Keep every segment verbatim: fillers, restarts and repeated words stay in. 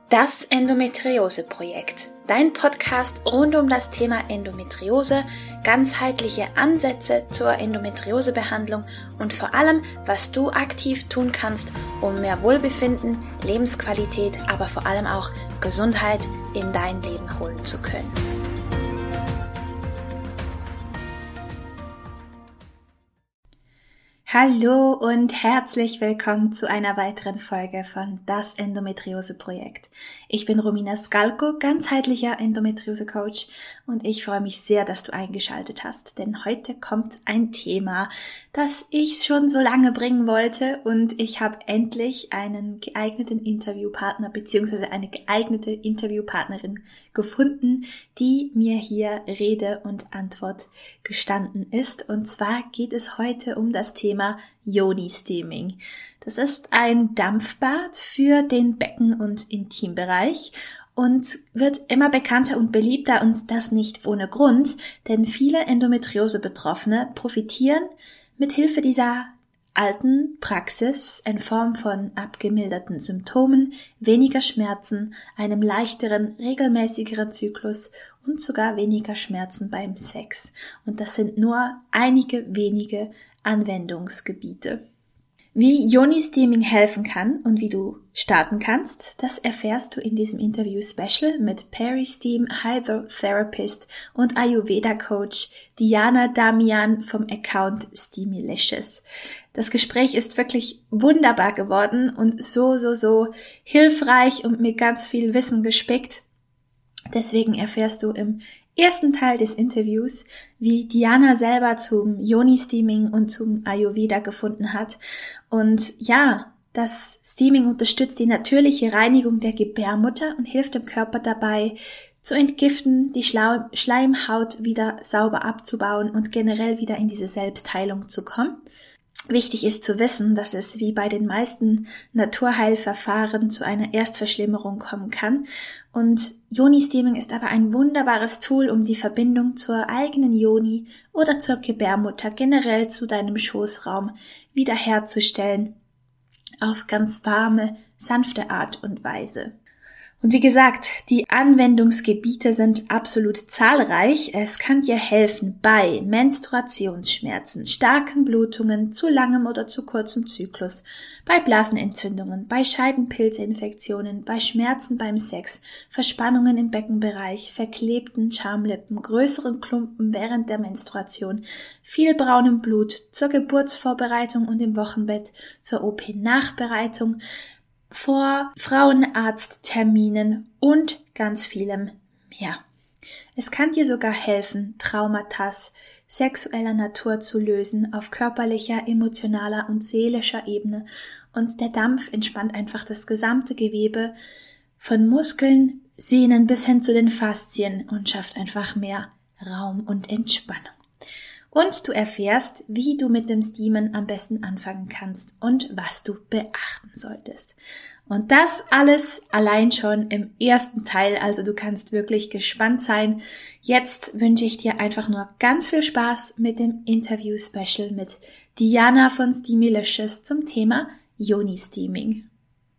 Das Endometriose-Projekt, dein Podcast rund um das Thema Endometriose, ganzheitliche Ansätze zur Endometriosebehandlung und vor allem, was du aktiv tun kannst, um mehr Wohlbefinden, Lebensqualität, aber vor allem auch Gesundheit in dein Leben holen zu können. Hallo und herzlich willkommen zu einer weiteren Folge von Das Endometriose-Projekt. Ich bin Romina Skalko, ganzheitlicher Endometriose-Coach und ich freue mich sehr, dass du eingeschaltet hast, denn heute kommt ein Thema, das ich schon so lange bringen wollte und ich habe endlich einen geeigneten Interviewpartner bzw. eine geeignete Interviewpartnerin gefunden, die mir hier Rede und Antwort gestanden ist. Und zwar geht es heute um das Thema Yoni-Steaming. Das ist ein Dampfbad für den Becken- und Intimbereich und wird immer bekannter und beliebter und das nicht ohne Grund, denn viele Endometriose-Betroffene profitieren mit Hilfe dieser alten Praxis in Form von abgemilderten Symptomen, weniger Schmerzen, einem leichteren, regelmäßigeren Zyklus und sogar weniger Schmerzen beim Sex. Und das sind nur einige wenige Anwendungsgebiete. Wie Yoni-Steaming helfen kann und wie du starten kannst, das erfährst du in diesem Interview-Special mit Peristeam Hydrotherapist und Ayurveda-Coach Diana Damian vom Account Steamylicious. Das Gespräch ist wirklich wunderbar geworden und so, so, so hilfreich und mit ganz viel Wissen gespickt. Deswegen erfährst du im ersten Teil des Interviews, wie Diana selber zum Yoni-Steaming und zum Ayurveda gefunden hat. Und ja, das Steaming unterstützt die natürliche Reinigung der Gebärmutter und hilft dem Körper dabei, zu entgiften, die Schlau- Schleimhaut wieder sauber abzubauen und generell wieder in diese Selbstheilung zu kommen. Wichtig ist zu wissen, dass es wie bei den meisten Naturheilverfahren zu einer Erstverschlimmerung kommen kann. Und Yoni-Steaming ist aber ein wunderbares Tool, um die Verbindung zur eigenen Yoni oder zur Gebärmutter, generell zu deinem Schoßraum, wiederherzustellen auf ganz warme, sanfte Art und Weise. Und wie gesagt, die Anwendungsgebiete sind absolut zahlreich. Es kann dir helfen bei Menstruationsschmerzen, starken Blutungen, zu langem oder zu kurzem Zyklus, bei Blasenentzündungen, bei Scheidenpilzinfektionen, bei Schmerzen beim Sex, Verspannungen im Beckenbereich, verklebten Schamlippen, größeren Klumpen während der Menstruation, viel braunem Blut, zur Geburtsvorbereitung und im Wochenbett, zur O P-Nachbereitung, vor Frauenarztterminen und ganz vielem mehr. Es kann dir sogar helfen, Traumata sexueller Natur zu lösen auf körperlicher, emotionaler und seelischer Ebene und der Dampf entspannt einfach das gesamte Gewebe von Muskeln, Sehnen bis hin zu den Faszien und schafft einfach mehr Raum und Entspannung. Und du erfährst, wie du mit dem Steamen am besten anfangen kannst und was du beachten solltest. Und das alles allein schon im ersten Teil, also du kannst wirklich gespannt sein. Jetzt wünsche ich dir einfach nur ganz viel Spaß mit dem Interview-Special mit Diana von Steamylicious zum Thema Yoni-Steaming.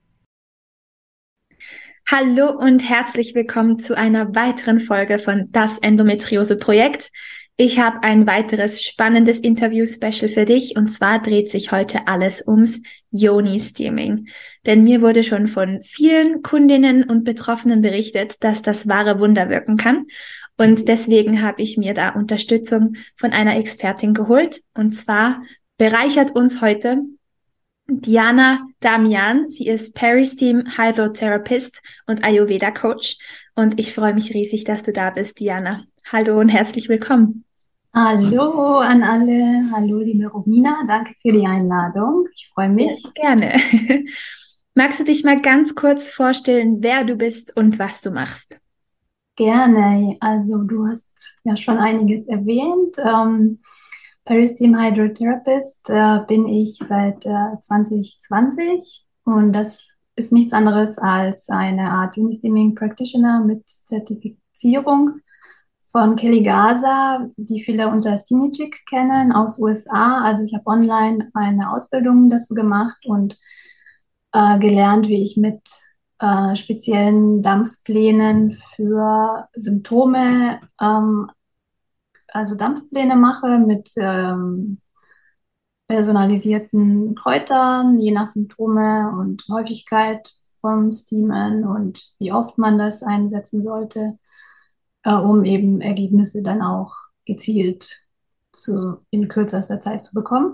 Hallo und herzlich willkommen zu einer weiteren Folge von Das Endometriose-Projekt. Ich habe ein weiteres spannendes Interview-Special für dich und zwar dreht sich heute alles ums Yoni-Steaming. Denn mir wurde schon von vielen Kundinnen und Betroffenen berichtet, dass das wahre Wunder wirken kann. Und deswegen habe ich mir da Unterstützung von einer Expertin geholt. Und zwar bereichert uns heute Diana Damian. Sie ist Peristeam Hydrotherapist und Ayurveda Coach. Und ich freue mich riesig, dass du da bist, Diana. Hallo und herzlich willkommen. Hallo an alle, hallo liebe Romina, danke für die Einladung, ich freue mich. Ja, gerne. Magst du dich mal ganz kurz vorstellen, wer du bist und was du machst? Gerne, also du hast ja schon einiges erwähnt. Ähm, Peristeam Hydrotherapist äh, bin ich seit äh, zwanzig zwanzig und das ist nichts anderes als eine Art Yoni-Steaming Practitioner mit Zertifizierung von Kelly Gaza, die viele unter Steamychick kennen, aus U S A. Also ich habe online eine Ausbildung dazu gemacht und äh, gelernt, wie ich mit äh, speziellen Dampfplänen für Symptome, ähm, also Dampfpläne mache mit ähm, personalisierten Kräutern, je nach Symptome und Häufigkeit vom Steamen und wie oft man das einsetzen sollte, äh, um eben Ergebnisse dann auch gezielt zu, in kürzester Zeit zu bekommen.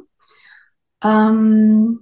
Ähm,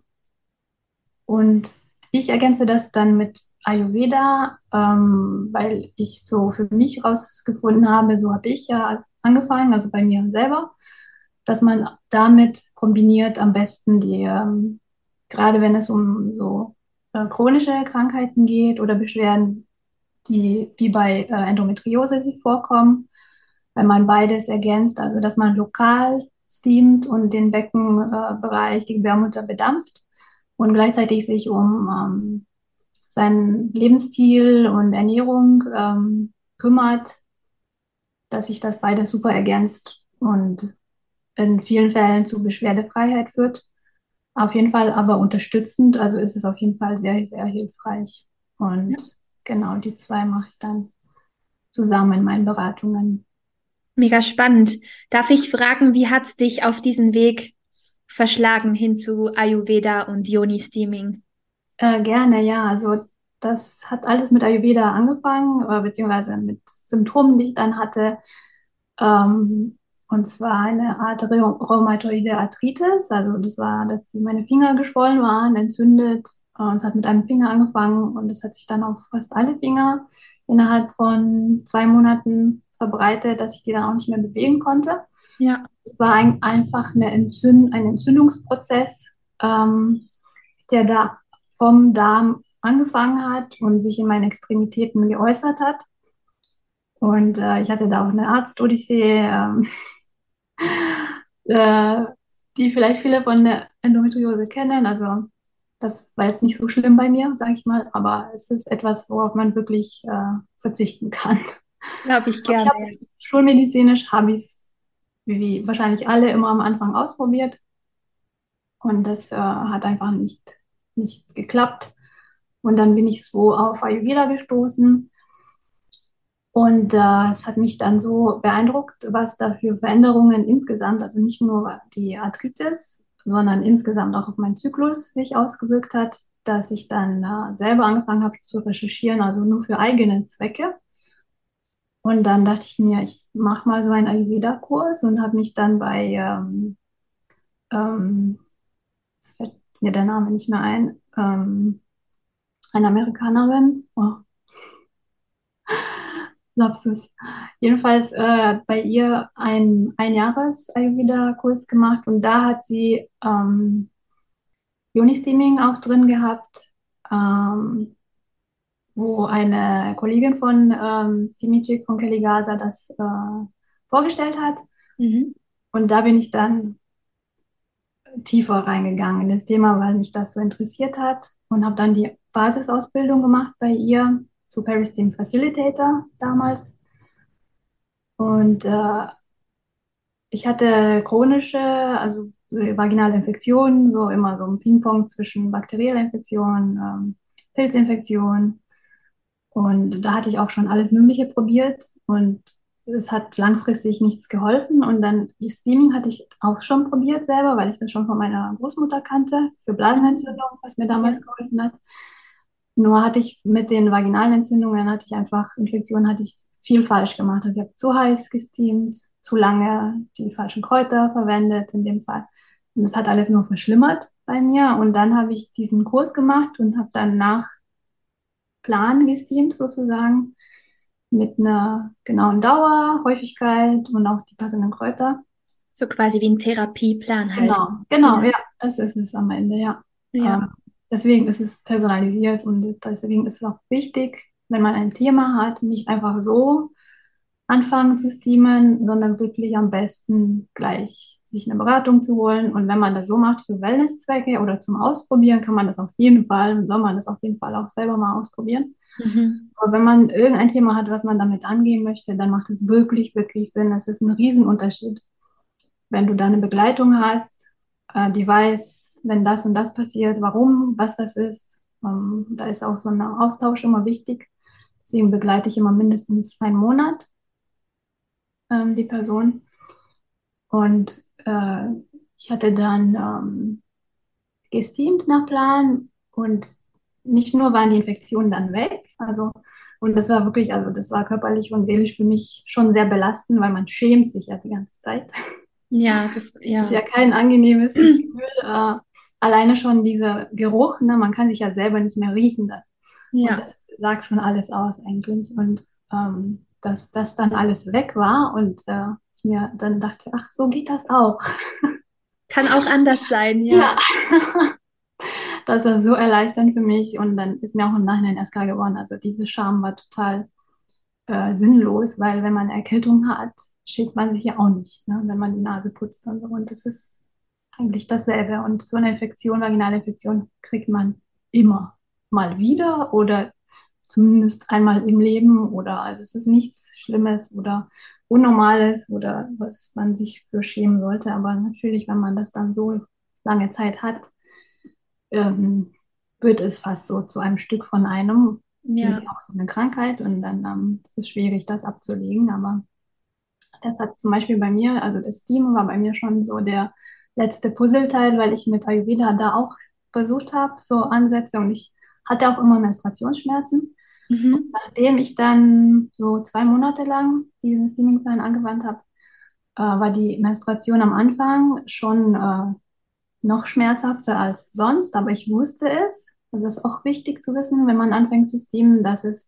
und ich ergänze das dann mit Ayurveda, ähm, weil ich so für mich herausgefunden habe, so habe ich ja angefangen, also bei mir selber, dass man damit kombiniert am besten die, ähm, gerade wenn es um so äh, chronische Krankheiten geht oder Beschwerden, die wie bei äh, Endometriose sie vorkommen, wenn man beides ergänzt, also dass man lokal steamt und den Beckenbereich, die Gebärmutter bedampft und gleichzeitig sich um ähm, seinen Lebensstil und Ernährung ähm, kümmert, dass sich das beides super ergänzt und in vielen Fällen zu Beschwerdefreiheit führt. Auf jeden Fall aber unterstützend, also ist es auf jeden Fall sehr, sehr hilfreich. Und genau die zwei mache ich dann zusammen in meinen Beratungen. Mega spannend. Darf ich fragen, wie hat's dich auf diesen Weg verschlagen hin zu Ayurveda und Yoni-Steaming? Äh, gerne, ja. Also das hat alles mit Ayurveda angefangen, äh, beziehungsweise mit Symptomen, die ich dann hatte. Ähm, und zwar eine Art Rheu- rheumatoide Arthritis. Also das war, dass die, meine Finger geschwollen waren, entzündet. Äh, es hat mit einem Finger angefangen und es hat sich dann auf fast alle Finger innerhalb von zwei Monaten verbreitet, dass ich die dann auch nicht mehr bewegen konnte. Ja. Es war ein, einfach eine Entzünd ein Entzündungsprozess, ähm, der da vom Darm angefangen hat und sich in meinen Extremitäten geäußert hat. Und äh, ich hatte da auch eine Arztodyssee, ähm, äh, die vielleicht viele von der Endometriose kennen. Also das war jetzt nicht so schlimm bei mir, sage ich mal, aber es ist etwas, worauf man wirklich äh, verzichten kann. Glaube ich Und ich gerne. habe es schulmedizinisch, habe ich es wie wahrscheinlich alle immer am Anfang ausprobiert und das äh, hat einfach nicht, nicht geklappt. Und dann bin ich so auf Ayurveda gestoßen. Und äh, es hat mich dann so beeindruckt, was da für Veränderungen insgesamt, also nicht nur die Arthritis, sondern insgesamt auch auf meinen Zyklus sich ausgewirkt hat, dass ich dann äh, selber angefangen habe zu recherchieren, also nur für eigene Zwecke. Und dann dachte ich mir, ich mache mal so einen Ayurveda-Kurs und habe mich dann bei, ähm, ähm, jetzt fällt mir der Name nicht mehr ein, ähm, einer Amerikanerin, oh, Lapsus. Jedenfalls äh, bei ihr ein Einjahres-Ayurveda-Kurs gemacht und da hat sie ähm, Yoni-Steaming auch drin gehabt, ähm, wo eine Kollegin von ähm, Steamichick von Kelly Gaza das äh, vorgestellt hat. Mhm. Und da bin ich dann tiefer reingegangen in das Thema, weil mich das so interessiert hat und habe dann die Basisausbildung gemacht bei ihr zu Peristeam Facilitator damals. Und äh, ich hatte chronische, also vaginale Infektionen, so immer so ein Ping-Pong zwischen bakterieller Infektion, ähm, Pilzinfektion. Und da hatte ich auch schon alles Mögliche probiert und es hat langfristig nichts geholfen. Und dann Steaming hatte ich auch schon probiert selber, weil ich das schon von meiner Großmutter kannte, für Blasenentzündung, was mir Ja. damals geholfen hat. Nur hatte ich mit den vaginalen Entzündungen, hatte ich einfach, Infektionen hatte ich viel falsch gemacht. Also ich habe zu heiß gesteamt, zu lange die falschen Kräuter verwendet in dem Fall. Und das hat alles nur verschlimmert bei mir. Und dann habe ich diesen Kurs gemacht und habe dann nach Plan gesteamt sozusagen mit einer genauen Dauer, Häufigkeit und auch die passenden Kräuter. So quasi wie ein Therapieplan halt. Genau, genau, Ja. ja, das ist es am Ende, ja. Ja. Ähm, deswegen ist es personalisiert und deswegen ist es auch wichtig, wenn man ein Thema hat, nicht einfach so anfangen zu steamen, sondern wirklich am besten gleich sich eine Beratung zu holen. Und wenn man das so macht für Wellnesszwecke oder zum Ausprobieren, kann man das auf jeden Fall, soll man das auf jeden Fall auch selber mal ausprobieren. Mhm. Aber wenn man irgendein Thema hat, was man damit angehen möchte, dann macht es wirklich, wirklich Sinn. Es ist ein Riesenunterschied, wenn du da eine Begleitung hast, äh, die weiß, wenn das und das passiert, warum, was das ist ähm, da ist auch so ein Austausch immer wichtig. Deswegen begleite ich immer mindestens einen Monat ähm, die Person. Und äh, ich hatte dann ähm, gesteamt nach Plan und nicht nur waren die Infektionen dann weg, also und das war wirklich, also das war körperlich und seelisch für mich schon sehr belastend, weil man schämt sich ja die ganze Zeit. Ja, das, Das ist ja ja. kein angenehmes Gefühl. Äh, alleine schon dieser Geruch, ne, man kann sich ja selber nicht mehr riechen. Dann. Und Ja. das sagt schon alles aus eigentlich. Und ähm, dass das dann alles weg war und äh, ich mir dann dachte, ach, so geht das auch. Kann auch anders sein, ja. Ja, das war so erleichternd für mich und dann ist mir auch im Nachhinein erst klar geworden, also diese Scham war total äh, sinnlos, weil wenn man eine Erkältung hat, schält man sich ja auch nicht, ne? Wenn man die Nase putzt und so. Und das ist eigentlich dasselbe. Und so eine Infektion, vaginale Infektion, kriegt man immer mal wieder oder zumindest einmal im Leben. Oder also es ist nichts Schlimmes oder Unnormales oder was man sich für schämen sollte. Aber natürlich, wenn man das dann so lange Zeit hat, ähm, wird es fast so zu einem Stück von einem, Ja. wie auch so eine Krankheit. Und dann ähm, ist es schwierig, das abzulegen. Aber das hat zum Beispiel bei mir, also das Team war bei mir schon so der letzte Puzzleteil, weil ich mit Ayurveda da auch versucht habe, so Ansätze. Und ich hatte auch immer Menstruationsschmerzen. Mhm. Nachdem ich dann so zwei Monate lang diesen Steaming-Plan angewandt habe, äh, war die Menstruation am Anfang schon äh, noch schmerzhafter als sonst, aber ich wusste es. Das ist auch wichtig zu wissen, wenn man anfängt zu steamen, dass es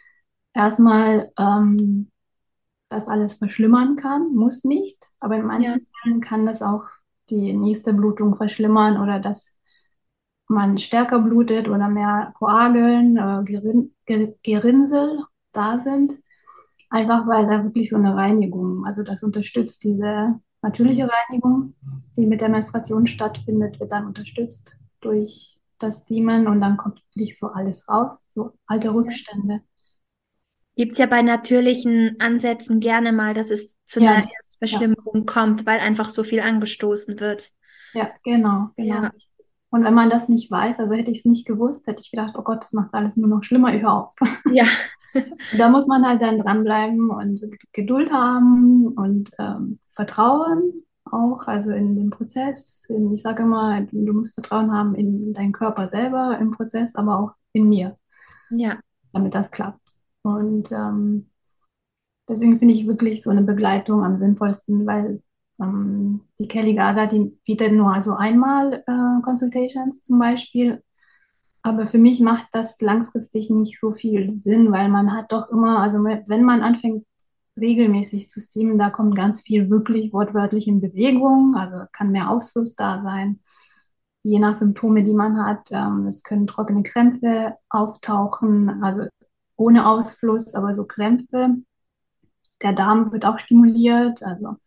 erstmal ähm, das alles verschlimmern kann, muss nicht, aber in Ja. manchen Fällen kann das auch die nächste Blutung verschlimmern oder dass man stärker blutet oder mehr Koageln, äh, Gerin Ger Gerinnsel da sind. Einfach weil da wirklich so eine Reinigung, also das unterstützt diese natürliche Reinigung, die mit der Menstruation stattfindet, wird dann unterstützt durch das Steamen und dann kommt wirklich so alles raus, so alte Rückstände. Gibt's ja bei natürlichen Ansätzen gerne mal, dass es zu einer Ja, ja, Erstverschlimmerung kommt, weil einfach so viel angestoßen wird. ja, genau, genau. Ja. Und wenn man das nicht weiß, also hätte ich es nicht gewusst, hätte ich gedacht, oh Gott, das macht alles nur noch schlimmer, ich hör auf. Ja. Und da muss man halt dann dranbleiben und Geduld haben und ähm, Vertrauen auch, also in den Prozess. In, ich sage immer, du musst Vertrauen haben in deinen Körper selber im Prozess, aber auch in mir, Ja. damit das klappt. Und ähm, deswegen finde ich wirklich so eine Begleitung am sinnvollsten, weil ähm, die Kelly Gada, die bietet nur also einmal äh, Consultations zum Beispiel. Aber für mich macht das langfristig nicht so viel Sinn, weil man hat doch immer, also wenn man anfängt regelmäßig zu streamen, da kommt ganz viel wirklich wortwörtlich in Bewegung, also kann mehr Ausfluss da sein, je nach Symptome, die man hat. Ähm, es können trockene Krämpfe auftauchen, also ohne Ausfluss, aber so Krämpfe. Der Darm wird auch stimuliert, also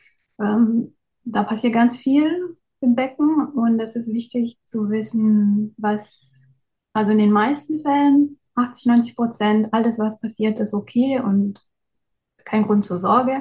ähm, da passiert ganz viel im Becken und es ist wichtig zu wissen, was, also in den meisten Fällen, achtzig, neunzig Prozent, alles, was passiert, ist okay und kein Grund zur Sorge.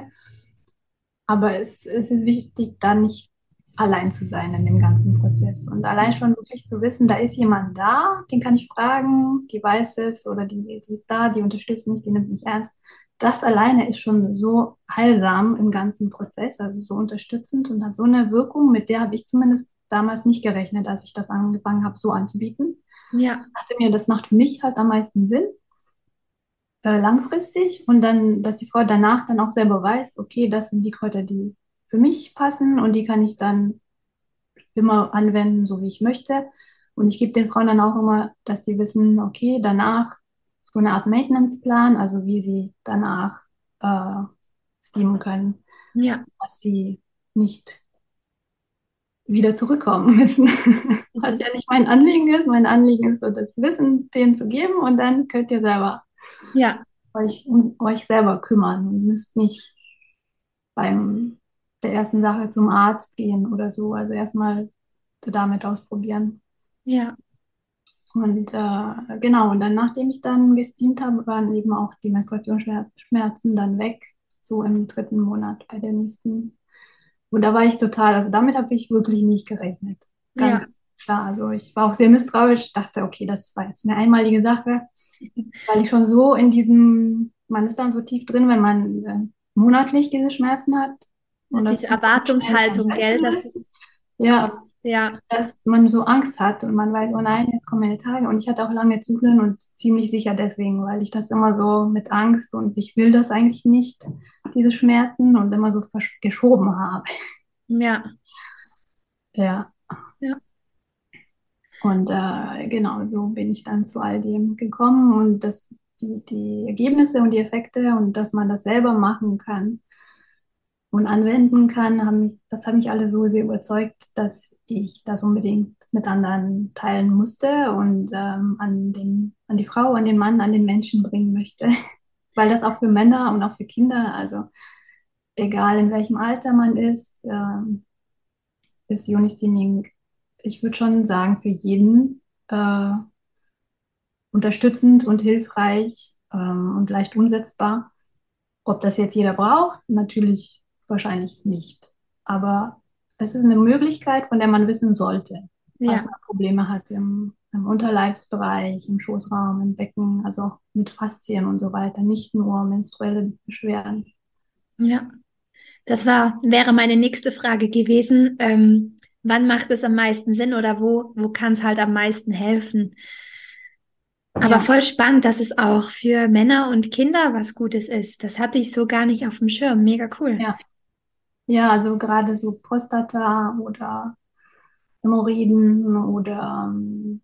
Aber es, es ist wichtig, da nicht allein zu sein in dem ganzen Prozess. Und allein schon wirklich zu wissen, da ist jemand da, den kann ich fragen, die weiß es oder die, die ist da, die unterstützt mich, die nimmt mich ernst. Das alleine ist schon so heilsam im ganzen Prozess, also so unterstützend und hat so eine Wirkung, mit der habe ich zumindest damals nicht gerechnet, als ich das angefangen habe, so anzubieten. Ja. Ich dachte mir, das macht für mich halt am meisten Sinn äh, langfristig und dann, dass die Frau danach dann auch selber weiß, okay, das sind die Kräuter, die für mich passen und die kann ich dann immer anwenden, so wie ich möchte. Und ich gebe den Frauen dann auch immer, dass die wissen, okay, danach so eine Art Maintenance-Plan, also wie sie danach äh, steamen können, Ja. dass sie nicht wieder zurückkommen müssen. Was Mhm. ja nicht mein Anliegen ist. Mein Anliegen ist so, das Wissen denen zu geben und dann könnt ihr selber Ja. euch um euch selber kümmern und müsst nicht beim der ersten Sache zum Arzt gehen oder so. Also erstmal damit ausprobieren. Ja. Und äh, genau, und dann, nachdem ich dann gesteamt habe, waren eben auch die Menstruationsschmerzen dann weg, so im dritten Monat bei der nächsten. Und da war ich total, also damit habe ich wirklich nicht gerechnet. Ja. Ganz. klar, also ich war auch sehr misstrauisch, dachte, okay, das war jetzt eine einmalige Sache, weil ich schon so in diesem, man ist dann so tief drin, wenn man äh, monatlich diese Schmerzen hat und das Diese muss dann schnell dann Erwartungshaltung, gell, dass weg. es Ja, kommt. Ja, dass man so Angst hat und man weiß, oh nein, jetzt kommen meine Tage. Und ich hatte auch lange Zyklen und ziemlich sicher deswegen, weil ich das immer so mit Angst und ich will das eigentlich nicht, diese Schmerzen und immer so versch- geschoben habe. ja, Ja, ja, und äh, genau so bin ich dann zu all dem gekommen und das, die, die Ergebnisse und die Effekte und dass man das selber machen kann und anwenden kann, haben mich, das hat mich alle so sehr überzeugt, dass ich das unbedingt mit anderen teilen musste und ähm, an den, an die Frau, an den Mann, an den Menschen bringen möchte. Weil das auch für Männer und auch für Kinder, also egal in welchem Alter man ist, ähm, ist Yoni-Steaming, ich würde schon sagen, für jeden äh, unterstützend und hilfreich ähm, und leicht umsetzbar. Ob das jetzt jeder braucht, natürlich wahrscheinlich nicht. Aber es ist eine Möglichkeit, von der man wissen sollte, falls ja, man Probleme hat im, im Unterleibsbereich, im Schoßraum, im Becken, also auch mit Faszien und so weiter, nicht nur menstruelle Beschwerden. ja. Das war, wäre meine nächste Frage gewesen. Ähm, wann macht es am meisten Sinn oder wo, wo kann es halt am meisten helfen? Aber Ja, voll spannend, dass es auch für Männer und Kinder was Gutes ist. Das hatte ich so gar nicht auf dem Schirm. Mega cool. ja, ja, also gerade so Prostata oder Hämorrhoiden oder ähm,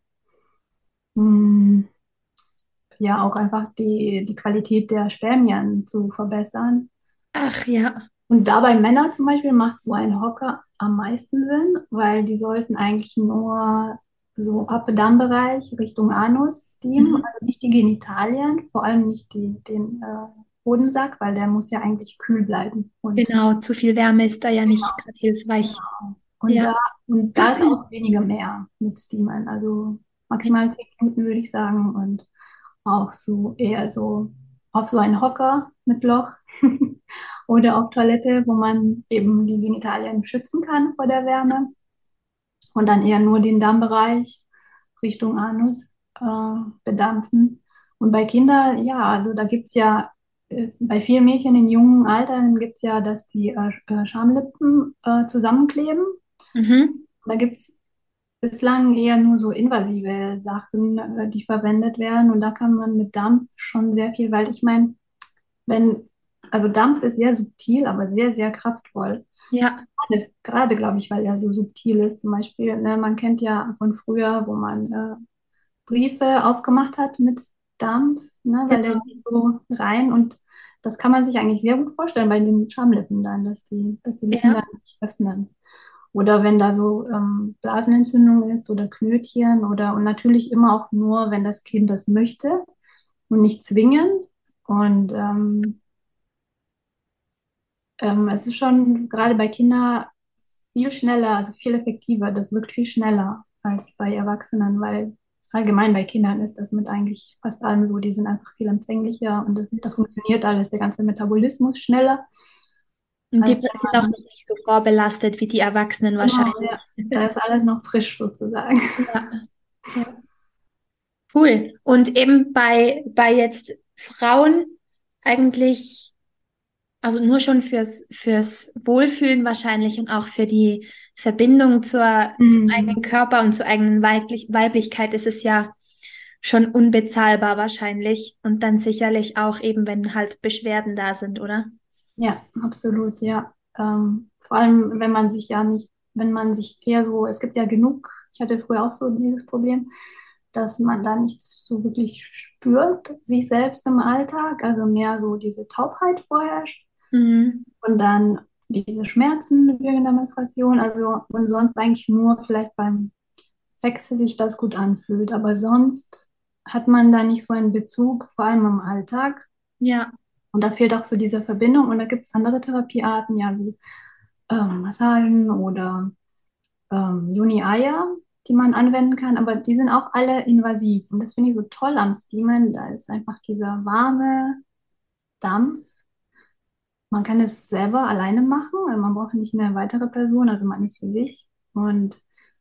mh, ja auch einfach die, die Qualität der Spermien zu verbessern. Ach ja. Und da bei Männern zum Beispiel macht so ein Hocker am meisten Sinn, weil die sollten eigentlich nur so Upper-Darm-Bereich Richtung Anus steamen, Mhm. also nicht die Genitalien, vor allem nicht die, den äh, Hodensack, weil der muss ja eigentlich kühl bleiben. Und, Genau, zu viel Wärme ist da ja nicht gerade hilfreich. genau. Und Ja. da, und da ist auch weniger mehr mit Steamen, also maximal zehn Minuten würde ich sagen und auch so eher so auf so einen Hocker mit Loch oder auf Toilette, wo man eben die Genitalien schützen kann vor der Wärme und dann eher nur den Darmbereich Richtung Anus äh, bedampfen. Und bei Kindern, ja, also da gibt es ja äh, bei vielen Mädchen in jungen Altern gibt es ja, dass die äh, äh, Schamlippen äh, zusammenkleben. Mhm. Da gibt es bislang eher nur so invasive Sachen, äh, die verwendet werden. Und da kann man mit Dampf schon sehr viel, weil ich meine, wenn, also Dampf ist sehr subtil, aber sehr, sehr kraftvoll. Ja, Gerade, gerade glaube ich, weil er so subtil ist. Zum Beispiel, ne, man kennt ja von früher, wo man äh, Briefe aufgemacht hat mit Dampf, ne, weil der genau. lief so rein und das kann man sich eigentlich sehr gut vorstellen bei den Schamlippen dann, dass die, dass die Lippen Ja, dann nicht öffnen. Oder wenn da so ähm, Blasenentzündung ist oder Knötchen oder und natürlich immer auch nur, wenn das Kind das möchte und nicht zwingen. Und ähm, ähm, es ist schon gerade bei Kindern viel schneller, also viel effektiver. Das wirkt viel schneller als bei Erwachsenen, weil allgemein bei Kindern ist das mit eigentlich fast allem so. Die sind einfach viel empfänglicher und das, da funktioniert alles, der ganze Metabolismus schneller, und die als sind wenn auch man, noch nicht so vorbelastet wie die Erwachsenen genau, ja, wahrscheinlich. da ist alles noch frisch sozusagen. Ja, ja. Cool. Und eben bei, bei jetzt Frauen eigentlich, also nur schon fürs, fürs Wohlfühlen wahrscheinlich und auch für die Verbindung zur, zum Hm. eigenen Körper und zur eigenen Weiblich Weiblichkeit ist es ja schon unbezahlbar wahrscheinlich. Und dann sicherlich auch eben, wenn halt Beschwerden da sind, oder? Ja, absolut, ja. Ähm, vor allem, wenn man sich ja nicht, wenn man sich eher so, es gibt ja genug, ich hatte früher auch so dieses Problem, dass man da nichts so wirklich spürt, sich selbst im Alltag, also mehr so diese Taubheit vorherrscht Mhm. und dann diese Schmerzen während der Menstruation, also und sonst eigentlich nur vielleicht beim Sex sich das gut anfühlt, aber sonst hat man da nicht so einen Bezug, vor allem im Alltag. Ja, Und da fehlt auch so diese Verbindung. Und da gibt es andere Therapiearten, ja, wie ähm, Massagen oder ähm, Yoni-Aya, die man anwenden kann. Aber die sind auch alle invasiv. Und das finde ich so toll am Steamen. Da ist einfach dieser warme Dampf. Man kann es selber alleine machen. Also man braucht nicht eine weitere Person. Also man ist für sich. Und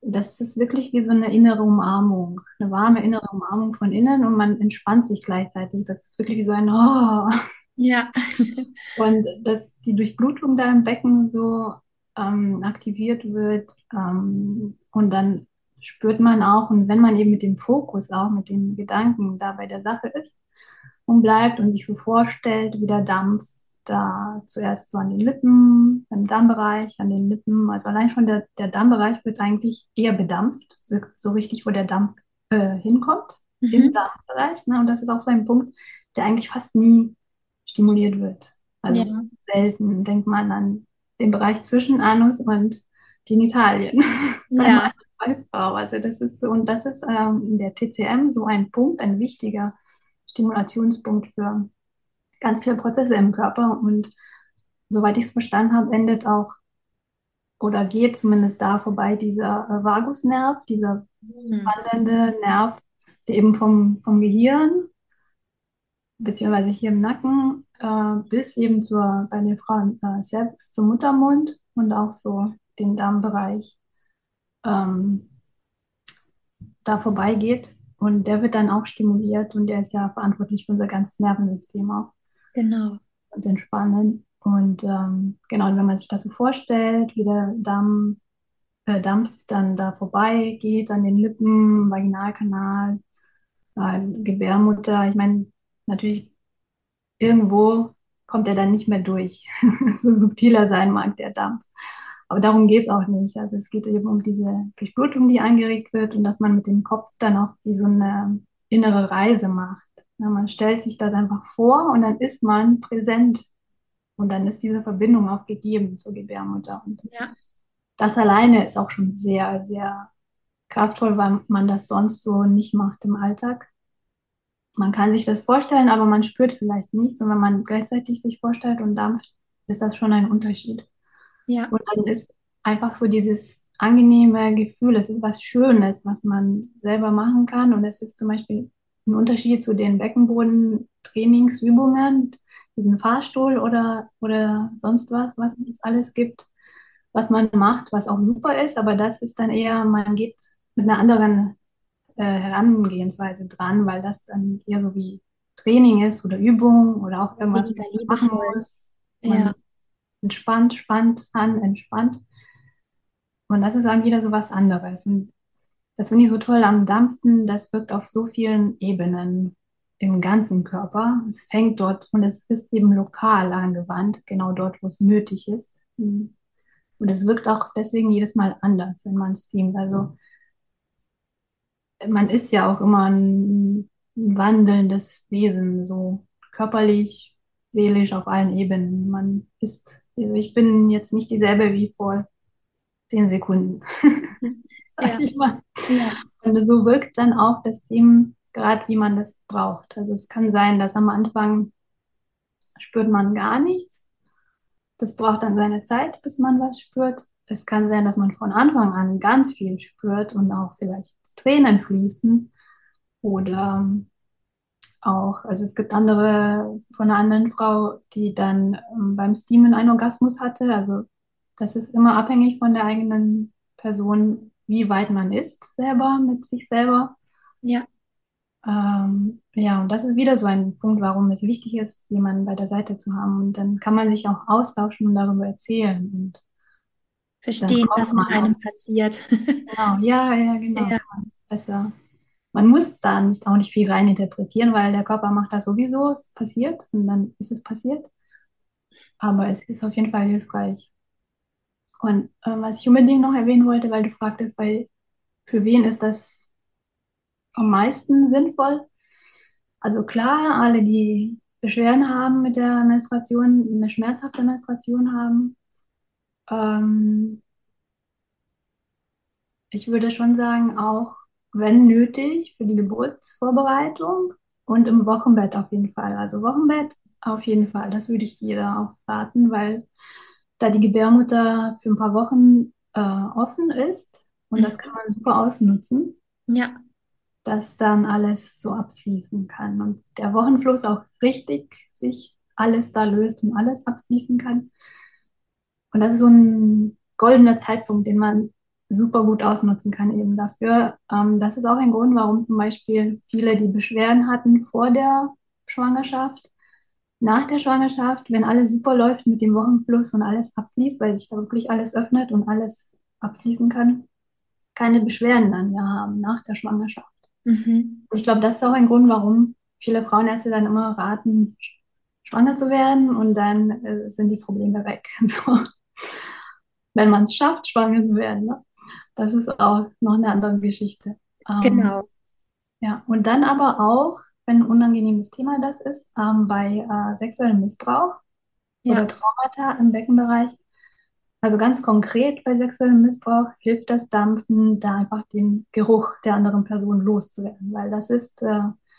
das ist wirklich wie so eine innere Umarmung, eine warme innere Umarmung von innen und man entspannt sich gleichzeitig. Das ist wirklich wie so ein Oh. Ja. Und dass die Durchblutung da im Becken so ähm, aktiviert wird ähm, und dann spürt man auch, und wenn man eben mit dem Fokus auch, mit den Gedanken da bei der Sache ist und bleibt und sich so vorstellt, wie der Dampf da zuerst so an den Lippen, im Darmbereich, an den Lippen, also allein schon der, der Darmbereich wird eigentlich eher bedampft, so, so richtig, wo der Dampf äh, hinkommt, im Mhm. Darmbereich. Ne? Und das ist auch so ein Punkt, der eigentlich fast nie stimuliert wird. Ja. Also selten denkt man an den Bereich zwischen Anus und Genitalien beim Mann Ja. und bei Frau. Also das ist so, und das ist ähm, in der T C M so ein Punkt, ein wichtiger Stimulationspunkt für ganz viele Prozesse im Körper. Und soweit ich es verstanden habe, endet auch oder geht zumindest da vorbei dieser äh, Vagusnerv, dieser Mhm. wandernde Nerv, der eben vom, vom Gehirn beziehungsweise hier im Nacken, äh, bis eben zur, bei den Frauen, äh, Cervix zum Muttermund und auch so den Darmbereich ähm, da vorbeigeht. Und der wird dann auch stimuliert und der ist ja verantwortlich für unser ganzes Nervensystem auch. Genau. Ganz entspannen. Und ähm, genau, und wenn man sich das so vorstellt, wie der Damm, äh, Dampf dann da vorbeigeht an den Lippen, Vaginalkanal, äh, Gebärmutter, ich meine, natürlich irgendwo kommt er dann nicht mehr durch. So subtiler sein mag der Dampf. Aber darum geht es auch nicht. Also es geht eben um diese Durchblutung, die angeregt wird und dass man mit dem Kopf dann auch wie so eine innere Reise macht. Ja, man stellt sich das einfach vor und dann ist man präsent und dann ist diese Verbindung auch gegeben zur Gebärmutter. Und Ja. das alleine ist auch schon sehr, sehr kraftvoll, weil man das sonst so nicht macht im Alltag. Man kann sich das vorstellen, aber man spürt vielleicht nichts. Und wenn man gleichzeitig sich vorstellt und dampft, ist das schon ein Unterschied. Ja. Und dann ist einfach so dieses angenehme Gefühl, es ist was Schönes, was man selber machen kann. Und es ist zum Beispiel ein Unterschied zu den Beckenboden-Trainingsübungen, diesen Fahrstuhl oder, oder sonst was, was es alles gibt, was man macht, was auch super ist. Aber das ist dann eher, man geht mit einer anderen äh, Herangehensweise dran, weil das dann eher so wie Training ist oder Übung oder auch irgendwas, Weniger was man machen liebevoll. muss. Ja. Man entspannt, spannt an, entspannt. Und das ist dann wieder so was anderes. Und das finde ich so toll am Dampfen, das wirkt auf so vielen Ebenen im ganzen Körper. Es fängt dort und es ist eben lokal angewandt, genau dort, wo es nötig ist. Und es wirkt auch deswegen jedes Mal anders, wenn man steamt. Also man ist ja auch immer ein wandelndes Wesen, so körperlich, seelisch auf allen Ebenen. Man ist, also ich bin jetzt nicht dieselbe wie vor zehn Sekunden, sag Ja. ich mal. Ja. Und so wirkt dann auch das Team gerade, wie man das braucht. Also es kann sein, dass am Anfang spürt man gar nichts. Das braucht dann seine Zeit, bis man was spürt. Es kann sein, dass man von Anfang an ganz viel spürt und auch vielleicht Tränen fließen oder auch, also es gibt andere von einer anderen Frau, die dann ähm, beim Steamen einen Orgasmus hatte. Also das ist immer abhängig von der eigenen Person, wie weit man ist selber mit sich selber. Ja. Ähm, ja, und das ist wieder so ein Punkt, warum es wichtig ist, jemanden bei der Seite zu haben. Und dann kann man sich auch austauschen und darüber erzählen. Und dann Verstehen, kommt was mit man auch, einem passiert. genau, ja, ja, genau, Ja. kann man es besser. Man muss da nicht, auch nicht viel rein interpretieren, weil der Körper macht das sowieso, es passiert und dann ist es passiert. Aber es ist auf jeden Fall hilfreich. Und ähm, was ich unbedingt noch erwähnen wollte, weil du fragtest, bei, für wen ist das am meisten sinnvoll? Also klar, alle, die Beschwerden haben mit der Menstruation, eine schmerzhafte Menstruation haben. Ähm, ich würde schon sagen, auch wenn nötig, für die Geburtsvorbereitung und im Wochenbett auf jeden Fall. Also Wochenbett auf jeden Fall, das würde ich jeder auch raten, weil da die Gebärmutter für ein paar Wochen äh, offen ist und das kann Mhm. man super ausnutzen, Ja. dass dann alles so abfließen kann und der Wochenfluss auch richtig sich alles da löst und alles abfließen kann. Und das ist so ein goldener Zeitpunkt, den man super gut ausnutzen kann eben dafür. Ähm, das ist auch ein Grund, warum zum Beispiel viele, die Beschwerden hatten vor der Schwangerschaft, nach der Schwangerschaft, wenn alles super läuft mit dem Wochenfluss und alles abfließt, weil sich da wirklich alles öffnet und alles abfließen kann, keine Beschwerden dann mehr haben nach der Schwangerschaft. Mhm. Und ich glaube, das ist auch ein Grund, warum viele Frauenärzte dann immer raten, schwanger zu werden und dann äh, sind die Probleme weg. So, wenn man es schafft, schwanger zu werden. Ne? Das ist auch noch eine andere Geschichte. Ähm, Genau. ja, und dann aber auch, wenn ein unangenehmes Thema das ist, ähm, bei äh, sexuellem Missbrauch oder Ja. Traumata im Beckenbereich, also ganz konkret bei sexuellem Missbrauch hilft das Dampfen, da einfach den Geruch der anderen Person loszuwerden, weil das ist äh,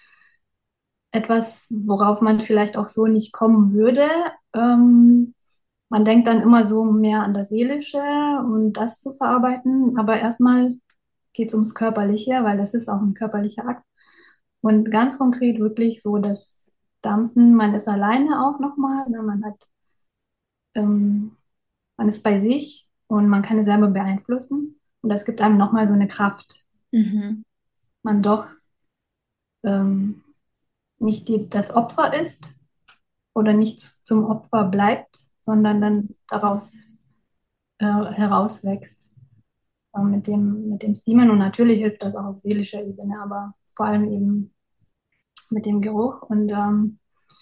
etwas, worauf man vielleicht auch so nicht kommen würde. Ähm, Man denkt dann immer so mehr an das Seelische und das zu verarbeiten, aber erstmal geht es ums Körperliche, weil das ist auch ein körperlicher Akt. Und ganz konkret wirklich so das Dampfen, man ist alleine auch nochmal, ne? Man hat, ähm, man ist bei sich und man kann es selber beeinflussen. Und das gibt einem nochmal so eine Kraft, Mhm. man doch ähm, nicht die, das Opfer ist oder nicht zum Opfer bleibt, sondern dann daraus äh, herauswächst. äh, mit dem, mit dem Steamen. Und natürlich hilft das auch auf seelischer Ebene, aber vor allem eben mit dem Geruch. Und ähm,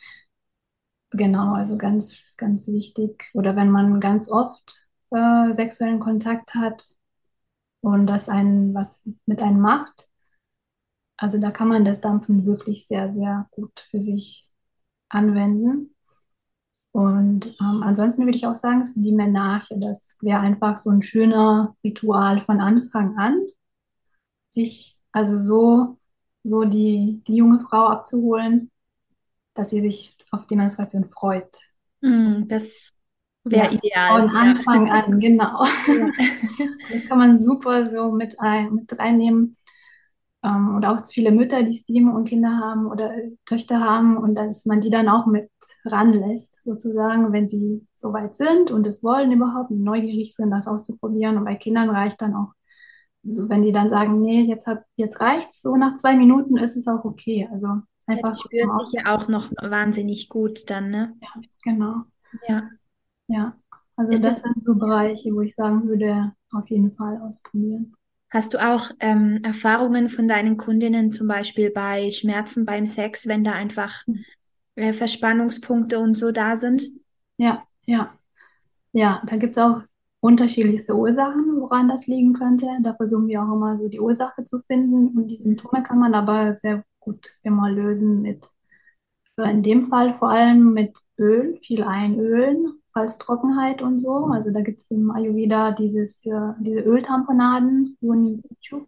genau, also ganz, ganz wichtig. Oder wenn man ganz oft äh, sexuellen Kontakt hat und das einen was mit einem macht, also da kann man das Dampfen wirklich sehr, sehr gut für sich anwenden. Und ähm, ansonsten würde ich auch sagen, für die Menarche, das wäre einfach so ein schöner Ritual von Anfang an, sich also so, so die, die junge Frau abzuholen, dass sie sich auf die Menstruation freut. Mm, das wäre Ja, ideal, von ja. Anfang an, genau. Ja. Das kann man super so mit, ein, mit reinnehmen. Ähm, oder auch viele Mütter, die Steam und Kinder haben oder Töchter haben und dass man die dann auch mit ranlässt, sozusagen, wenn sie so weit sind und es wollen überhaupt und neugierig sind, das auszuprobieren. Und bei Kindern reicht dann auch, so wenn die dann sagen, nee, jetzt, hab, jetzt reicht's, so nach zwei Minuten ist es auch okay. Also Ja, einfach das zum spürt sich Ausprobieren. ja auch noch wahnsinnig gut dann, ne? Ja, genau. Ja. Ja. Also Ist das das, sind so ja. Bereiche, wo ich sagen würde, auf jeden Fall ausprobieren. Hast du auch ähm, Erfahrungen von deinen Kundinnen, zum Beispiel bei Schmerzen beim Sex, wenn da einfach äh, Verspannungspunkte und so da sind? Ja, ja. Ja, da gibt es auch unterschiedlichste Ursachen, woran das liegen könnte. Da versuchen wir auch immer so die Ursache zu finden. Und die Symptome kann man aber sehr gut immer lösen mit, äh, in dem Fall vor allem mit Öl, viel einölen, falls Trockenheit und so. Also da gibt es im Ayurveda dieses, äh, diese Öltamponaden, Yoni Bichu,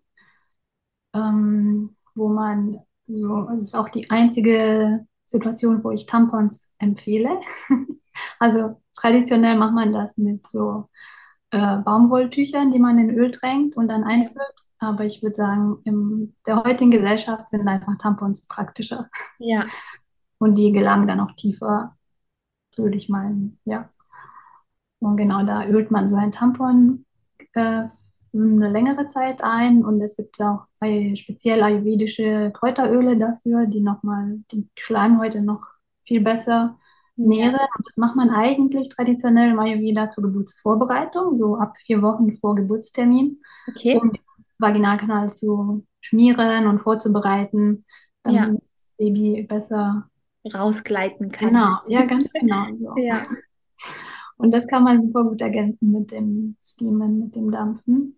ähm, wo man so, es ist auch die einzige Situation, wo ich Tampons empfehle. Also traditionell macht man das mit so äh, Baumwolltüchern, die man in Öl tränkt und dann Ja. einführt. Aber ich würde sagen, in der heutigen Gesellschaft sind einfach Tampons praktischer. Ja. Und die gelangen dann auch tiefer, würde ich meinen. Ja. Und genau, da ölt man so ein Tampon äh, für eine längere Zeit ein. Und es gibt auch äh, speziell ayurvedische Kräuteröle dafür, die nochmal die Schleimhäute noch viel besser Ja. nähren. Und das macht man eigentlich traditionell im Ayurveda zur Geburtsvorbereitung, so ab vier Wochen vor Geburtstermin, Okay. um den Vaginalkanal zu schmieren und vorzubereiten, Ja. damit das Baby besser. Rausgleiten kann. Genau, ja, ganz genau so. Ja. Und das kann man super gut ergänzen mit dem Steamen, mit dem Dampfen.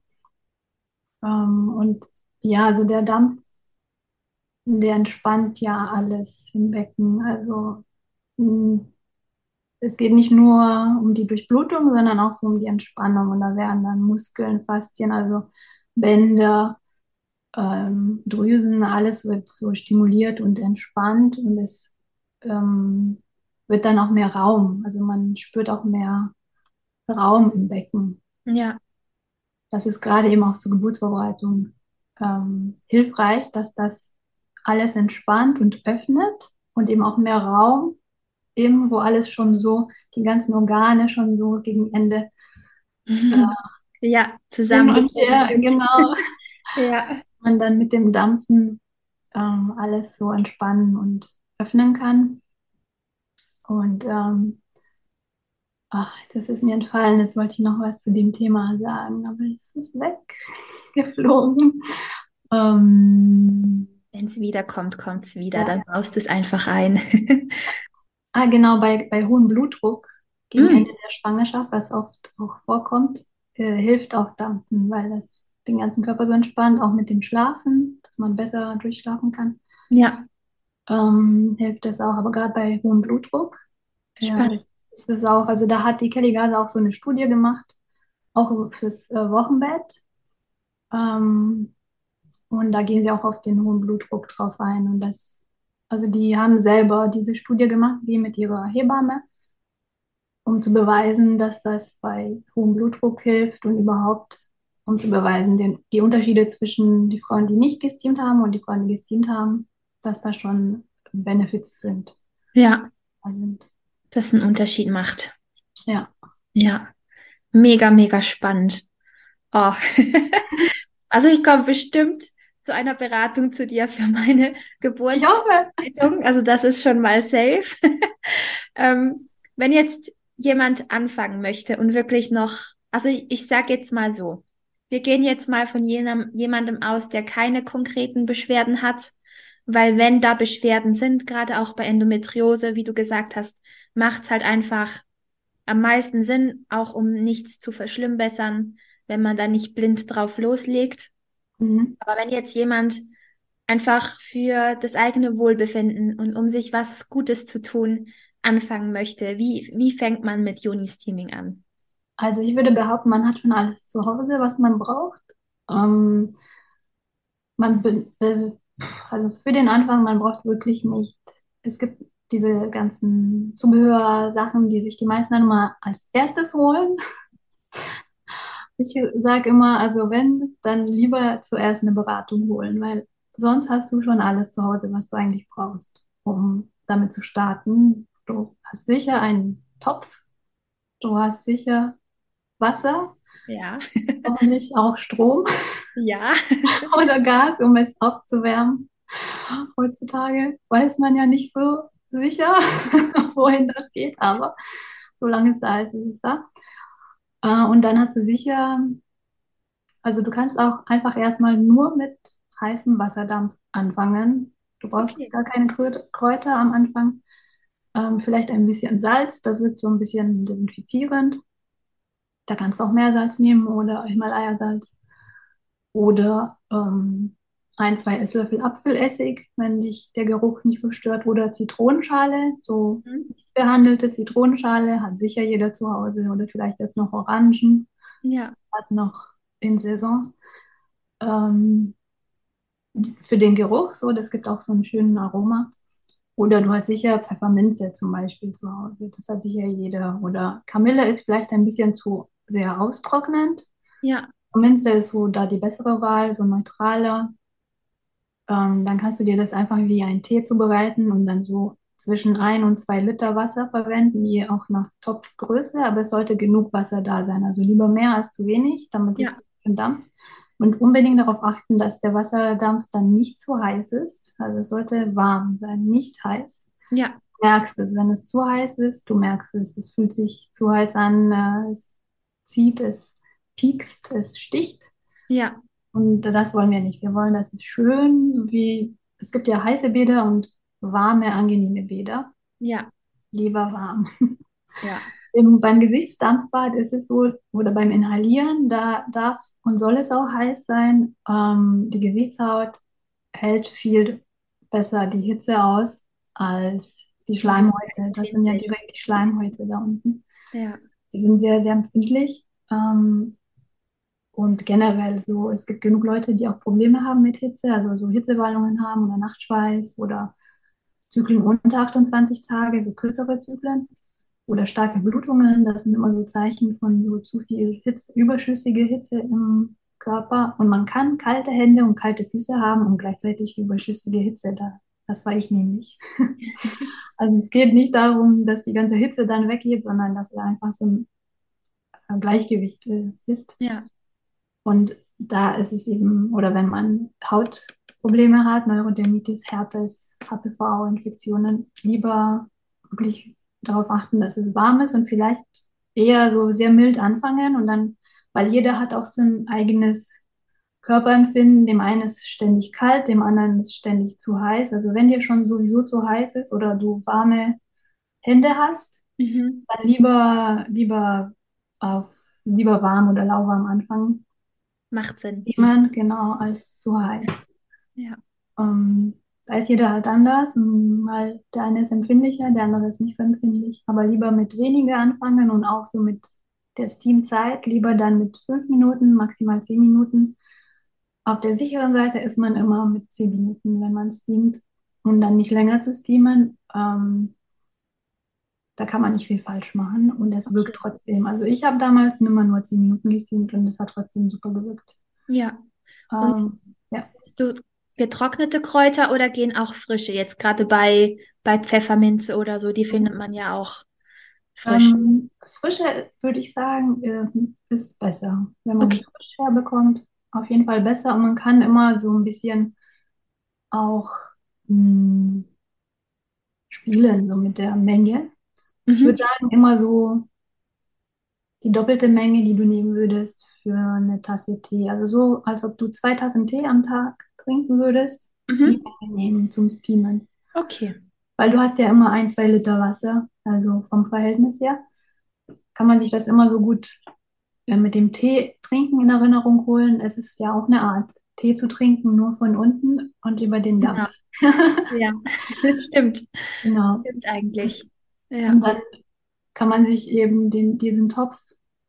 Ähm, und ja, also der Dampf, der entspannt ja alles im Becken. Also mh, es geht nicht nur um die Durchblutung, sondern auch so um die Entspannung. Und da werden dann Muskeln, Faszien, also Bänder, ähm, Drüsen, alles wird so stimuliert und entspannt und es ähm, wird dann auch mehr Raum. Also man spürt auch mehr Raum im Becken. Ja. Das ist gerade eben auch zur Geburtsvorbereitung ähm, hilfreich, dass das alles entspannt und öffnet und eben auch mehr Raum, eben wo alles schon so, die ganzen Organe schon so gegen Ende Ja, hin und zusammengedrückt her, sind. genau. Ja. Und dann mit dem Dampfen ähm, alles so entspannen und öffnen kann. Und ähm, ach, das ist mir entfallen. Jetzt wollte ich noch was zu dem Thema sagen, aber es ist weggeflogen. Ähm, Wenn es wiederkommt, kommt es wieder. ja. Dann baust du es einfach ein. Ah, genau, bei, bei hohem Blutdruck gegen Ende Mm, der Schwangerschaft, was oft auch vorkommt, äh, hilft auch Dampfen, weil das den ganzen Körper so entspannt, auch mit dem Schlafen, dass man besser durchschlafen kann. ja, Ähm, hilft das auch, aber gerade bei hohem Blutdruck, ja, spannend. ist, ist es auch, also da hat die Kelly Gase auch so eine Studie gemacht, auch fürs äh, Wochenbett. Ähm, und da gehen sie auch auf den hohen Blutdruck drauf ein. Und das, also die haben selber diese Studie gemacht, sie mit ihrer Hebamme, um zu beweisen, dass das bei hohem Blutdruck hilft und überhaupt, um zu beweisen, den, die Unterschiede zwischen die Frauen, die nicht gesteamt haben und die Frauen, die gesteamt haben, dass da schon Benefits sind. Ja, Also, das einen Unterschied macht. ja. Ja, mega, mega spannend. Oh. Also ich komme bestimmt zu einer Beratung zu dir für meine Ich hoffe. Geburtsvorbereitung. Also das ist schon mal safe. Ähm, wenn jetzt jemand anfangen möchte und wirklich noch, also ich, ich sage jetzt mal so, wir gehen jetzt mal von jenem, jemandem aus, der keine konkreten Beschwerden hat, weil wenn da Beschwerden sind, gerade auch bei Endometriose, wie du gesagt hast, macht's halt einfach am meisten Sinn, auch um nichts zu verschlimmbessern, wenn man da nicht blind drauf loslegt. Mhm. Aber wenn jetzt jemand einfach für das eigene Wohlbefinden und um sich was Gutes zu tun anfangen möchte, wie, wie fängt man mit Yoni-Steaming an? Also ich würde behaupten, man hat schon alles zu Hause, was man braucht. Ähm, man be be also für den Anfang, man braucht wirklich nicht. Es gibt diese ganzen Zubehörsachen, die sich die meisten dann immer als erstes holen. Ich sage immer, also wenn, dann lieber zuerst eine Beratung holen, weil sonst hast du schon alles zu Hause, was du eigentlich brauchst, um damit zu starten. Du hast sicher einen Topf, du hast sicher Wasser, Ja, hoffentlich auch Strom ja, oder Gas, um es aufzuwärmen. Heutzutage weiß man ja nicht so sicher, wohin das geht, aber solange es da ist, ist es da. Äh, und dann hast du sicher, also du kannst auch einfach erstmal nur mit heißem Wasserdampf anfangen. Du brauchst okay. gar keine Krö- Kräuter am Anfang. Ähm, vielleicht ein bisschen Salz, das wirkt so ein bisschen desinfizierend. Da kannst du auch Meersalz nehmen oder Himalaya-Salz. Oder ähm, ein, zwei Esslöffel Apfelessig, wenn dich der Geruch nicht so stört. Oder Zitronenschale, so Mhm. nicht behandelte Zitronenschale, hat sicher jeder zu Hause. Oder vielleicht jetzt noch Orangen, Ja, hat noch in Saison. Ähm, für den Geruch, so, das gibt auch so einen schönen Aroma. Oder du hast sicher Pfefferminze zum Beispiel zu Hause, das hat sicher jeder. Oder Kamille ist vielleicht ein bisschen zu sehr austrocknend. ja, Minze ist so da die bessere Wahl, so neutraler. Ähm, dann kannst du dir das einfach wie einen Tee zubereiten und dann so zwischen ein und zwei Liter Wasser verwenden, je auch nach Topfgröße, aber es sollte genug Wasser da sein. Also lieber mehr als zu wenig, damit ja, es schön dampft. Und unbedingt darauf achten, dass der Wasserdampf dann nicht zu heiß ist. Also es sollte warm sein, nicht heiß. ja, Du merkst es, wenn es zu heiß ist, du merkst es, es fühlt sich zu heiß an, äh, es zieht, es piekst, es sticht. ja, Und das wollen wir nicht. Wir wollen, dass es schön wie, es gibt ja heiße Bäder und warme, angenehme Bäder. ja, Lieber warm. ja, Im, beim Gesichtsdampfbad ist es so, oder beim Inhalieren, da darf und soll es auch heiß sein. Ähm, die Gesichtshaut hält viel besser die Hitze aus als die die Schleimhäute. Das sind ja empfindlich. direkt die Schleimhäute da unten. Ja, Die sind sehr, sehr empfindlich. Ähm, Und generell so, es gibt genug Leute, die auch Probleme haben mit Hitze, also so Hitzewallungen haben oder Nachtschweiß oder Zyklen unter achtundzwanzig Tage, so kürzere Zyklen oder starke Blutungen. Das sind immer so Zeichen von so zu viel Hitze, überschüssige Hitze im Körper. Und man kann kalte Hände und kalte Füße haben und gleichzeitig überschüssige Hitze da. Das war ich nämlich. Also es geht nicht darum, dass die ganze Hitze dann weggeht, sondern dass wir einfach so ein äh, Gleichgewicht äh, ist. Ja. Und da ist es eben, oder wenn man Hautprobleme hat, Neurodermitis, Herpes, H P V-Infektionen, lieber wirklich darauf achten, dass es warm ist und vielleicht eher so sehr mild anfangen und dann, weil jeder hat auch so ein eigenes Körperempfinden. Dem einen ist ständig kalt, dem anderen ist ständig zu heiß. Also wenn dir schon sowieso zu heiß ist oder du warme Hände hast, Mhm. dann lieber, lieber auf, lieber warm oder lauwarm anfangen. Macht Sinn. Steamen, genau, als zu heiß. Ja. Ähm, Da ist jeder halt anders und mal der eine ist empfindlicher, der andere ist nicht so empfindlich. Aber lieber mit weniger anfangen und auch so mit der Steamzeit, lieber dann mit fünf Minuten, maximal zehn Minuten. Auf der sicheren Seite ist man immer mit zehn Minuten, wenn man steamt. Und dann nicht länger zu steamen. Ähm, da kann man nicht viel falsch machen und es wirkt Okay. trotzdem. Also ich habe damals immer nur zehn Minuten gesteamt und es hat trotzdem super gewirkt. Ja. Und Ähm, ja. nimmst du getrocknete Kräuter oder gehen auch frische? Jetzt gerade bei, bei Pfefferminze oder so, die findet man ja auch frisch. Ähm, Frische würde ich sagen, äh, ist besser. Wenn man die Okay. frisch herbekommt, auf jeden Fall besser. Und man kann immer so ein bisschen auch mh, spielen, so mit der Menge. Ich würde Mhm. sagen, immer so die doppelte Menge, die du nehmen würdest für eine Tasse Tee. Also so, als ob du zwei Tassen Tee am Tag trinken würdest, die Mhm. Menge nehmen zum Steamen. Okay. Weil du hast ja immer ein, zwei Liter Wasser, also vom Verhältnis her, kann man sich das immer so gut äh, mit dem Tee trinken in Erinnerung holen. Es ist ja auch eine Art, Tee zu trinken, nur von unten und über den Genau. Dampf. Ja, das stimmt. Genau. Stimmt eigentlich. Ja. Und dann kann man sich eben den, diesen Topf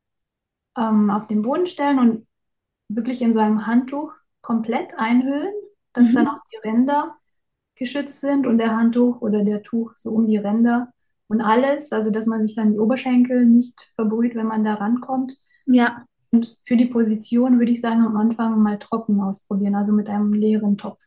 ähm, auf den Boden stellen und wirklich in so einem Handtuch komplett einhüllen, dass dann Mhm. auch die Ränder geschützt sind und der Handtuch oder der Tuch so um die Ränder und alles, also dass man sich dann die Oberschenkel nicht verbrüht, wenn man da rankommt. Ja. Und für die Position würde ich sagen, am Anfang mal trocken ausprobieren, also mit einem leeren Topf.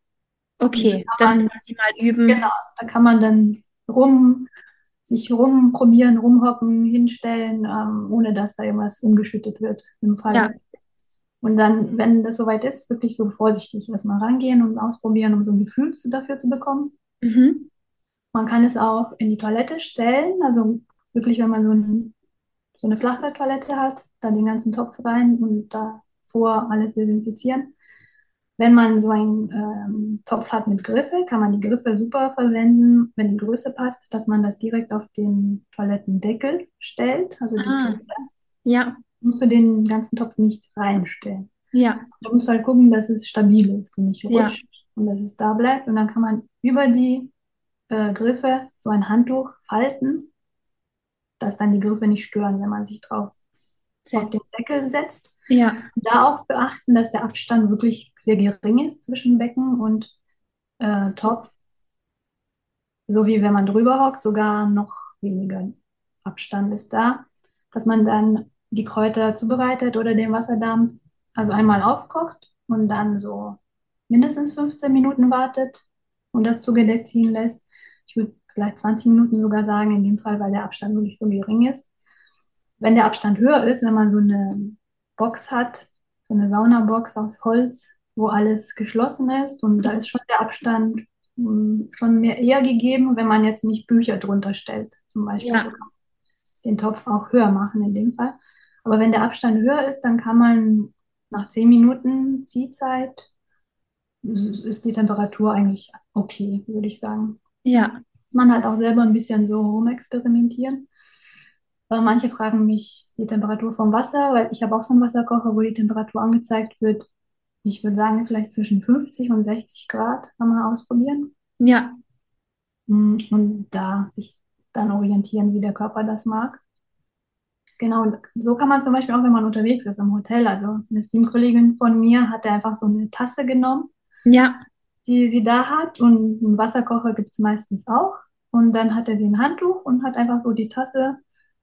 Und da Okay. Das kann man, quasi mal genau, üben. da kann man dann rum, sich rumprobieren, rumhocken, hinstellen, ähm, ohne dass da irgendwas umgeschüttet wird im Ja. Falle. Und dann, wenn das soweit ist, wirklich so vorsichtig erstmal rangehen und ausprobieren, um so ein Gefühl zu- dafür zu bekommen. Mhm. Man kann es auch in die Toilette stellen, also wirklich, wenn man so, ein, so eine flache Toilette hat, dann den ganzen Topf rein und davor alles desinfizieren. Wenn man so einen ähm, Topf hat mit Griffe, kann man die Griffe super verwenden, wenn die Größe passt, dass man das direkt auf den Toilettendeckel stellt, also die Ah, Griffe. ja. Musst du den ganzen Topf nicht reinstellen. Ja. Du musst halt gucken, dass es stabil ist und nicht Ja. rutscht und dass es da bleibt. Und dann kann man über die äh, Griffe so ein Handtuch falten, dass dann die Griffe nicht stören, wenn man sich drauf auf den Set. Deckel setzt. Ja. Da auch beachten, dass der Abstand wirklich sehr gering ist zwischen Becken und äh, Topf, so wie wenn man drüber hockt, sogar noch weniger Abstand ist da, dass man dann die Kräuter zubereitet oder den Wasserdampf, also einmal aufkocht und dann so mindestens fünfzehn Minuten wartet und das zugedeckt ziehen lässt. Ich würde vielleicht zwanzig Minuten sogar sagen, in dem Fall, weil der Abstand wirklich so gering ist. Wenn der Abstand höher ist, wenn man so eine Box hat, so eine Saunabox aus Holz, wo alles geschlossen ist und da ist schon der Abstand mh, schon mehr eher gegeben, wenn man jetzt nicht Bücher drunter stellt, zum Beispiel. So Ja. kann man den Topf auch höher machen in dem Fall. Aber wenn der Abstand höher ist, dann kann man nach zehn Minuten Ziehzeit, ist die Temperatur eigentlich okay, würde ich sagen. Ja. Muss man halt auch selber ein bisschen so rumexperimentieren. Äh, Manche fragen mich die Temperatur vom Wasser, weil ich habe auch so einen Wasserkocher, wo die Temperatur angezeigt wird. Ich würde sagen, vielleicht zwischen fünfzig und sechzig Grad kann man ausprobieren. Ja. Mm, Und da sich dann orientieren, wie der Körper das mag. Genau, und so kann man zum Beispiel auch, wenn man unterwegs ist im Hotel. Also eine Steam-Kollegin von mir hatte einfach so eine Tasse genommen, Ja. die sie da hat. Und einen Wasserkocher gibt es meistens auch. Und dann hatte sie ein Handtuch und hat einfach so die Tasse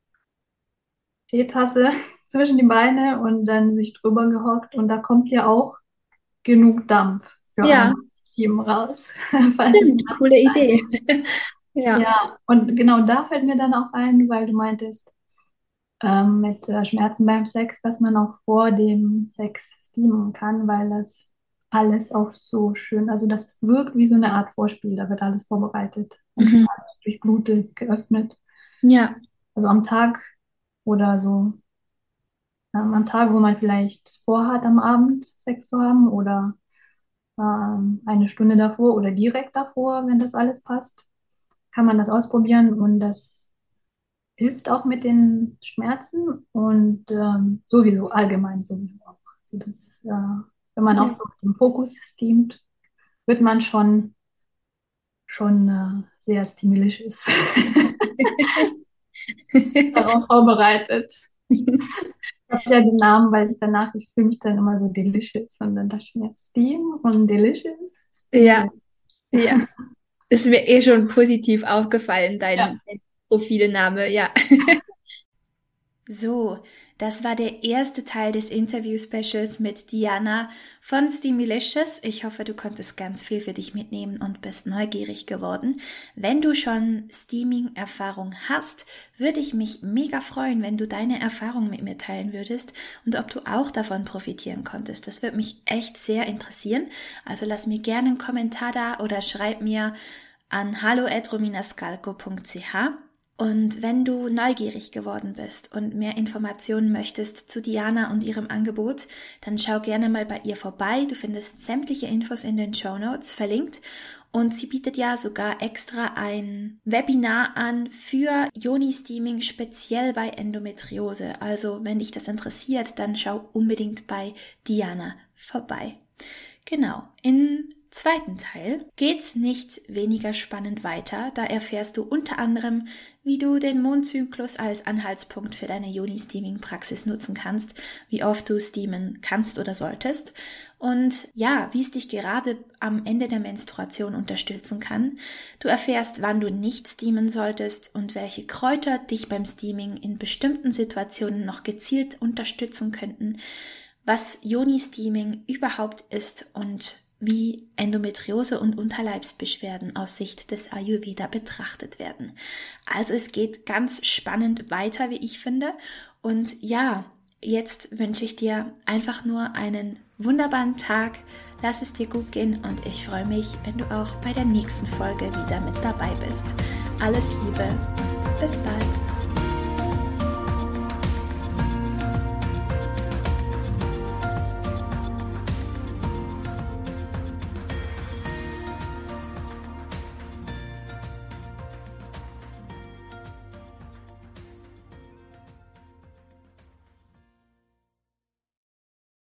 Teetasse zwischen die Beine und dann sich drüber gehockt. Und da kommt ja auch genug Dampf für Ja. ein Team raus, falls es Stimmt. mal Coole sein Idee. muss. Ja. Ja, und genau da fällt mir dann auch ein, weil du meintest, ähm, mit äh, Schmerzen beim Sex, dass man auch vor dem Sex steamen kann, weil das alles auch so schön, also das wirkt wie so eine Art Vorspiel, da wird alles vorbereitet, Mhm. entspannt, durchblutet, geöffnet. Ja, Also am Tag oder so, ähm, am Tag, wo man vielleicht vorhat, am Abend Sex zu haben oder ähm, eine Stunde davor oder direkt davor, wenn das alles passt, kann man das ausprobieren und das hilft auch mit den Schmerzen und ähm, sowieso allgemein sowieso auch. Also das, äh, wenn man auch ja. so mit dem Fokus steamt, wird man schon, schon äh, sehr stimulatious darauf vorbereitet. Ich habe ja den Namen, weil ich danach, ich fühle mich dann immer so delicious und dann dachte ich mir, Steam und delicious, Ja, stimulatious. ja. Ist mir eh schon positiv aufgefallen, Ja. dein, dein Profilname, ja. So, das war der erste Teil des Interview-Specials mit Diana von Steamilicious. Ich hoffe, du konntest ganz viel für dich mitnehmen und bist neugierig geworden. Wenn du schon Steaming-Erfahrung hast, würde ich mich mega freuen, wenn du deine Erfahrung mit mir teilen würdest und ob du auch davon profitieren konntest. Das würde mich echt sehr interessieren. Also lass mir gerne einen Kommentar da oder schreib mir an hallo at rominascalco punkt c h. Und wenn du neugierig geworden bist und mehr Informationen möchtest zu Diana und ihrem Angebot, dann schau gerne mal bei ihr vorbei. Du findest sämtliche Infos in den Shownotes verlinkt. Und sie bietet ja sogar extra ein Webinar an für Yoni-Steaming speziell bei Endometriose. Also wenn dich das interessiert, dann schau unbedingt bei Diana vorbei. Genau, im zweiten Teil geht's nicht weniger spannend weiter. Da erfährst du unter anderem, wie du den Mondzyklus als Anhaltspunkt für deine Yoni-Steaming-Praxis nutzen kannst, wie oft du steamen kannst oder solltest und ja, wie es dich gerade am Ende der Menstruation unterstützen kann. Du erfährst, wann du nicht steamen solltest und welche Kräuter dich beim Steaming in bestimmten Situationen noch gezielt unterstützen könnten, was Yoni-Steaming überhaupt ist und wie Endometriose und Unterleibsbeschwerden aus Sicht des Ayurveda betrachtet werden. Also es geht ganz spannend weiter, wie ich finde. Und ja, jetzt wünsche ich dir einfach nur einen wunderbaren Tag. Lass es dir gut gehen und ich freue mich, wenn du auch bei der nächsten Folge wieder mit dabei bist. Alles Liebe und bis bald.